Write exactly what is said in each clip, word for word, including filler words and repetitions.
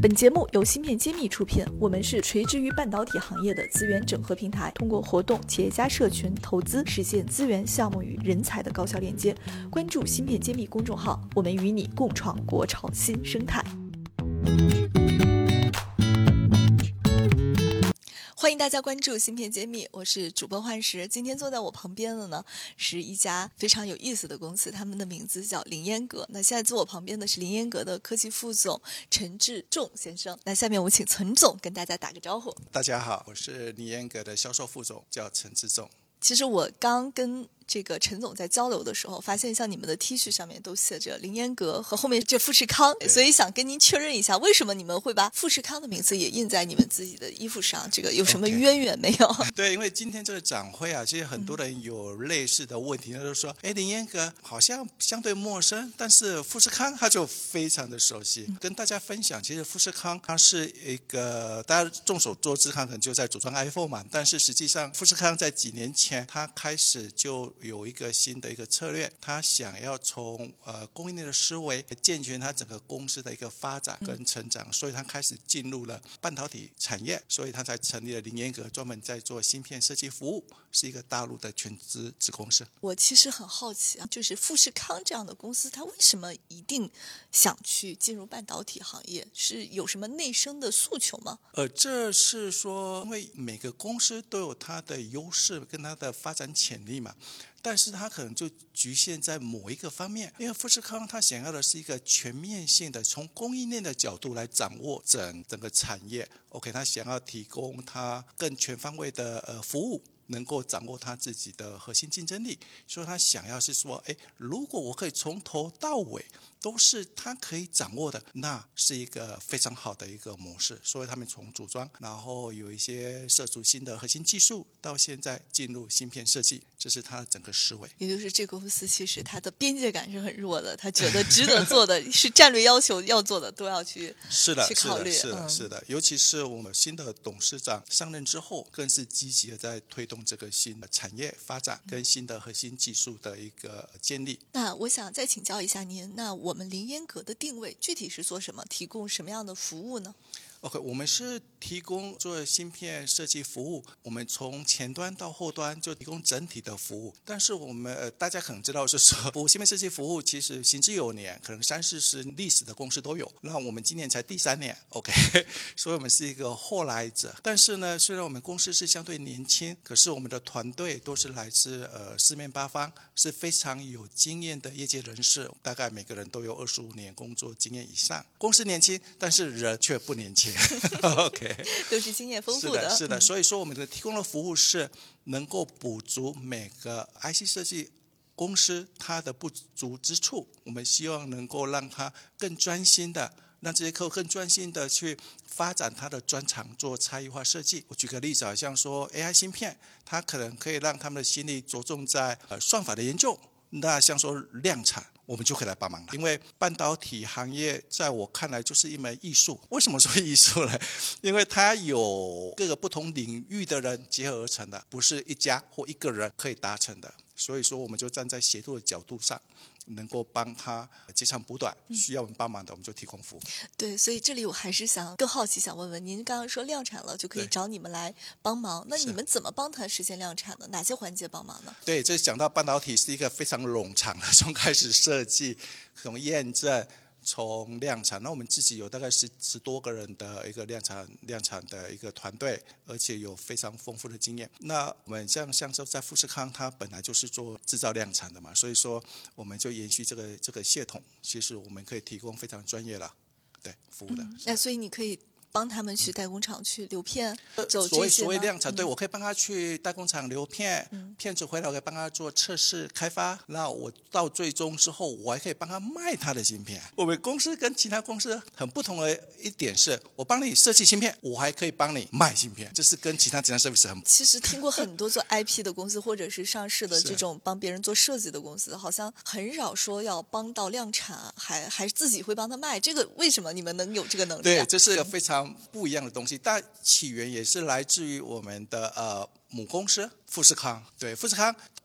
本节目由芯片揭秘出品，我们是垂直于半导体行业的资源整合平台，通过活动、企业家社群、投资，实现资源、项目与人才的高效链接。关注芯片揭秘公众号，我们与你共创国潮新生态。欢迎大家关注芯片揭秘，我是主播幻石。今天坐在我旁边的呢，是一家非常有意思的公司，他们的名字叫凌烟阁。那现在坐我旁边的是凌烟阁的科技副总陈志仲先生。那下面我请陈总跟大家打个招呼。 大家好，我是凌烟阁的销售副总，叫陈志仲。 其实我刚跟这个陈总在交流的时候，发现像你们的 T 恤上面都写着凌烟阁和后面这富士康，所以想跟您确认一下，为什么你们会把富士康的名字也印在你们自己的衣服上？这个有什么渊源没有？ Okay. 对，因为今天这个展会啊，其实很多人有类似的问题，他、嗯、就说，哎，凌烟阁好像相对陌生，但是富士康他就非常的熟悉。嗯、跟大家分享，其实富士康它是一个大家众所周知，它可能就在组装 iPhone 嘛，但是实际上富士康在几年前，它开始就有一个新的一个策略，他想要从呃供应链的思维健全他整个公司的一个发展跟成长，嗯、所以他开始进入了半导体产业，所以他才成立了凌烟阁，专门在做芯片设计服务，是一个大陆的全资子公司。 我其实很好奇啊，就是富士康这样的公司，它为什么一定想去进入半导体行业？是有什么内生的诉求吗？ 呃，这是说，因为每个公司都有它的优势跟它的发展潜力嘛。但是它可能就局限在某一个方面，因为富士康它想要的是一个全面性的，从供应链的角度来掌握整整个产业。OK， 它想要提供它更全方位的呃服务，能够掌握它自己的核心竞争力。所以他想要是说，哎，如果我可以从头到尾都是他可以掌握的，那是一个非常好的一个模式。所以他们从组装，然后有一些涉足新的核心技术，到现在进入芯片设计，这是他的整个思维。 也就是这个公司其实它的边界感是很弱的，他觉得值得做的是战略要求要做的都要去是的去考虑。 是的，是的，嗯、是的。尤其是我们新的董事长上任之后，更是积极的在推动这个新的产业发展跟新的核心技术的一个建立。 那我想再请教一下您，那我们凌烟阁的定位具体是做什么，提供什么样的服务呢？ OK， 我们是提供做芯片设计服务，我们从前端到后端就提供整体的服务。但是我们、呃、大家可能知道是说，服务芯片设计服务其实行之有年，可能三四十历史的公司都有。那我们今年才第三年 ，OK， 所以我们是一个后来者。但是呢，虽然我们公司是相对年轻，可是我们的团队都是来自呃四面八方，是非常有经验的业界人士，大概每个人都有二十五年工作经验以上。公司年轻，但是人却不年轻。OK， 都是经验丰富的。 是的，是的。所以说，我们的提供的服务是能够补足每个 I C 设计公司它的不足之处。我们希望能够让它更专心的，让这些客户更专心的去发展它的专长，做差异化设计。我举个例子，好像说 A I 芯片，它可能可以让他们的心力着重在呃算法的研究。那像说量产，我们就可以来帮忙了。因为半导体行业在我看来就是一门艺术。为什么说艺术呢？因为它有各个不同领域的人结合而成的，不是一家或一个人可以达成的。所以说我们就站在协作的角度上，能够帮他截长补短，需要我们帮忙的我们就提供服务。 对，所以这里我还是想更好奇，想问问您，刚刚说量产了就可以找你们来帮忙，那你们怎么帮他实现量产呢？哪些环节帮忙呢？ 对，这讲到半导体是一个非常冗长的，从开始设计，从验证，从量产。那我们自己有大概十十多个人的一个量产量产的一个团队，而且有非常丰富的经验。那我们像像说在富士康，它本来就是做制造量产的嘛，所以说我们就延续这个这个系统，其实我们可以提供非常专业了，对服务的。 嗯、那所以你可以帮他们去代工厂去流片，走所谓这些所谓量产， 嗯、 对，我可以帮他去代工厂流片，嗯、片子回来我可以帮他做测试开发，那我到最终之后，我还可以帮他卖他的芯片。我们公司跟其他公司很不同的一点是，我帮你设计芯片，我还可以帮你卖芯片，这是跟其他其他 service 很。 其实听过很多做 I P 的公司，或者是上市的这种帮别人做设计的公司，好像很少说要帮到量产，还还自己会帮他卖。这个为什么你们能有这个能力、啊？ 对，这是一个非常不一样的东西。但起源也是来自于我们的呃母公司富士康。对，富士康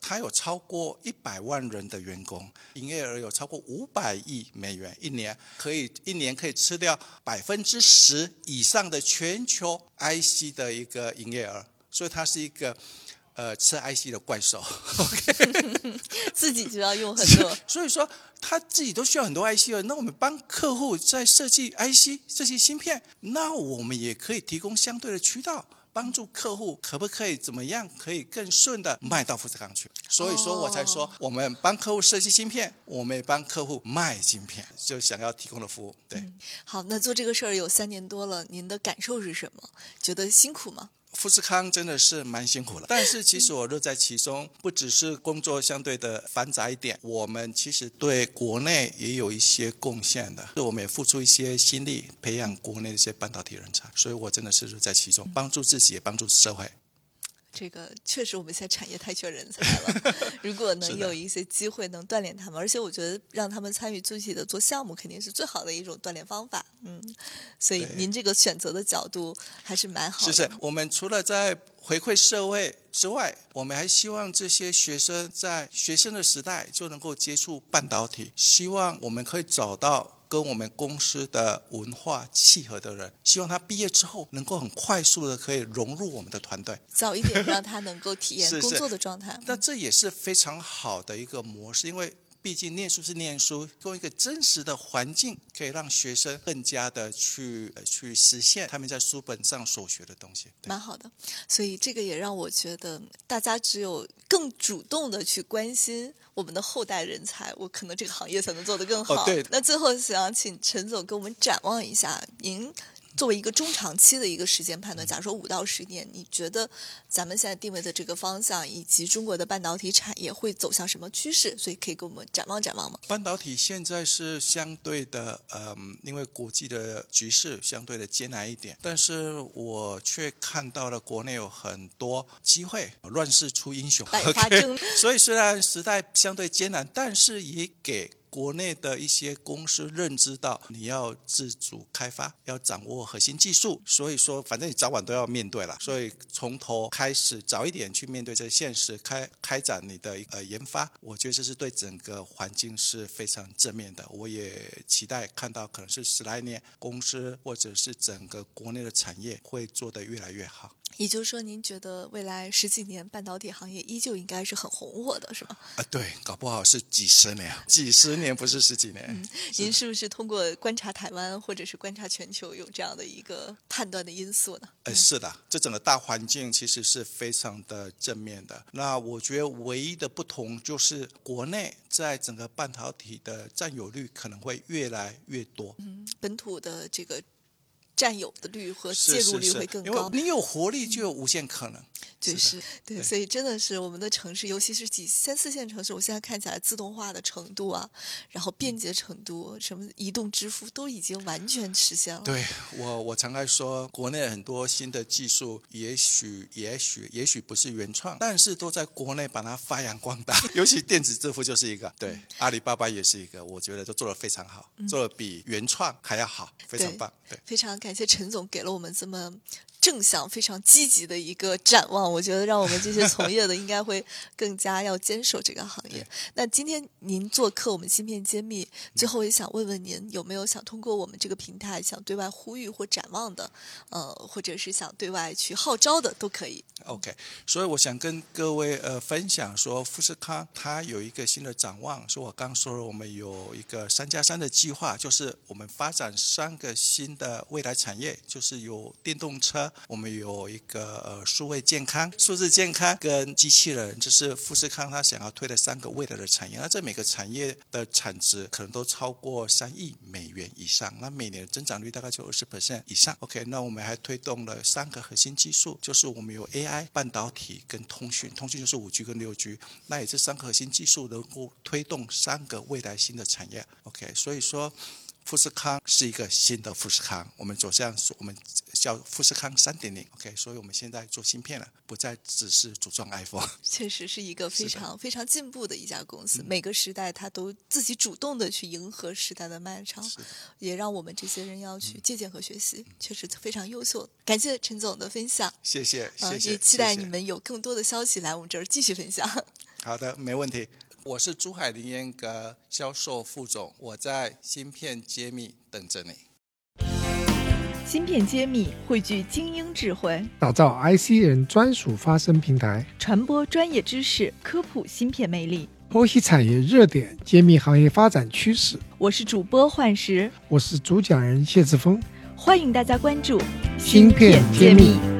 它有超过一百万人的员工，营业额有超过五百亿美元一年，可以一年可以吃掉百分之十以上的全球 I C 的一个营业额，所以它是一个呃吃 I C 的怪兽。OK， 自己就要用很多， 所以说他自己都需要很多 I C 了。那我们帮客户在设计 I C、设计芯片，那我们也可以提供相对的渠道。帮助客户可不可以怎么样可以更顺的卖到富士康去，所以说我才说我们帮客户设计芯片，我们也帮客户卖芯片，就想要提供的服务。对、嗯、 好，那做这个事儿有三年多了，您的感受是什么？觉得辛苦吗？ 富士康真的是蛮辛苦的，但是其实我乐在其中，不只是工作相对的繁杂一点，我们其实对国内也有一些贡献的，我们也付出一些心力培养国内的一些半导体人才，所以我真的是乐在其中，帮助自己也帮助社会。 这个确实我们现在产业太缺人才了，如果能有一些机会能锻炼他们，而且我觉得让他们参与具体的做项目肯定是最好的一种锻炼方法。嗯，所以您这个选择的角度还是蛮好的。 是是，我们除了在回馈社会之外，我们还希望这些学生在学生的时代就能够接触半导体，希望我们可以找到跟我们公司的文化契合的人，希望他毕业之后能够很快速的可以融入我们的团队， 早一点让他能够体验工作的状态。 那这也是非常好的一个模式，因为毕竟念书是念书，用一个真实的环境可以让学生更加的去、呃、去实现他们在书本上所学的东西， 蛮好的。所以这个也让我觉得大家只有更主动的去关心我们的后代人才，我可能这个行业才能做得更好。 哦、对。 那最后想请陈总给我们展望一下，您作为一个中长期的一个时间判断，假如说五到十年，你觉得咱们现在定位的这个方向以及中国的半导体产业会走向什么趋势？所以可以给我们展望展望吗？ 半导体现在是相对的，嗯，因为国际的局势相对的艰难一点，但是我却看到了国内有很多机会，乱世出英雄， 百发争。 Okay? 所以虽然时代相对艰难，但是也给国内的一些公司认知到你要自主开发，要掌握核心技术，所以说反正你早晚都要面对了，所以从头开始早一点去面对这个现实，开开展你的呃研发，我觉得这是对整个环境是非常正面的。我也期待看到可能是十来年公司或者是整个国内的产业会做得越来越好。 也就是说，您觉得未来十几年半导体行业依旧应该是很红火的，是吗？ 啊，对，搞不好是几十年，几十年不是十几年。 嗯，您是不是通过观察台湾或者是观察全球有这样的一个判断的因素呢？ 呃，是的，这整个大环境其实是非常的正面的。那我觉得唯一的不同就是国内在整个半导体的占有率可能会越来越多。 嗯，本土的这个占有的率和介入率会更高， 是是是，因为你有活力就有无限可能。嗯， 就是，对，对，所以真的是我们的城市，尤其是几三四线城市，我现在看起来自动化的程度啊，然后便捷程度，什么移动支付都已经完全实现了。 对，我我常爱说，国内很多新的技术，也许也许也许不是原创，但是都在国内把它发扬光大。尤其电子支付就是一个，对，阿里巴巴也是一个，我觉得都做得非常好，做得比原创还要好，非常棒。对， 非常感谢陈总给了我们这么正向、非常积极的一个展望，我觉得让我们这些从业的应该会更加要坚守这个行业。那今天您做客我们芯片揭秘，最后也想问问您，有没有想通过我们这个平台想对外呼吁或展望的，呃，或者是想对外去号召的都可以。 OK， 所以我想跟各位呃分享说，富士康它有一个新的展望，所以我刚说了，我们有一个三加三的计划，就是我们发展三个新的未来产业，就是有电动车，我们有一个呃数位健康、数字健康跟机器人，这是富士康它想要推的三个未来的产业。那这每个产业的产值可能都超过三亿美元以上，那每年的增长率大概就二十 percent 以上。OK， 那我们还推动了三个核心技术，就是我们有 A I、半导体跟通讯，通讯就是 五 G 跟六 G， 那也是三个核心技术能够推动三个未来新的产业。OK， 所以说富士康是一个新的富士康，我们走向我们叫富士康 三点零。 OK， 所以我们现在做芯片了，不再只是组装 iPhone， 确实是一个非常非常进步的一家公司，每个时代它都自己主动的去迎合时代的脉潮，也让我们这些人要去借鉴和学习，嗯、确实非常优秀。感谢陈总的分享， 谢谢谢谢、呃、 也期待你们有更多的消息来我们这儿继续分享。 好的，没问题。我是珠海林彦阁销售副总，我在芯片揭秘等着你。 芯片揭秘汇聚精英智慧， 打造 I C 人专属发声平台， 传播专业知识，科普芯片魅力， 剖析产业热点，揭秘行业发展趋势。 我是主播幻石， 我是主讲人谢志峰， 欢迎大家关注芯片揭秘。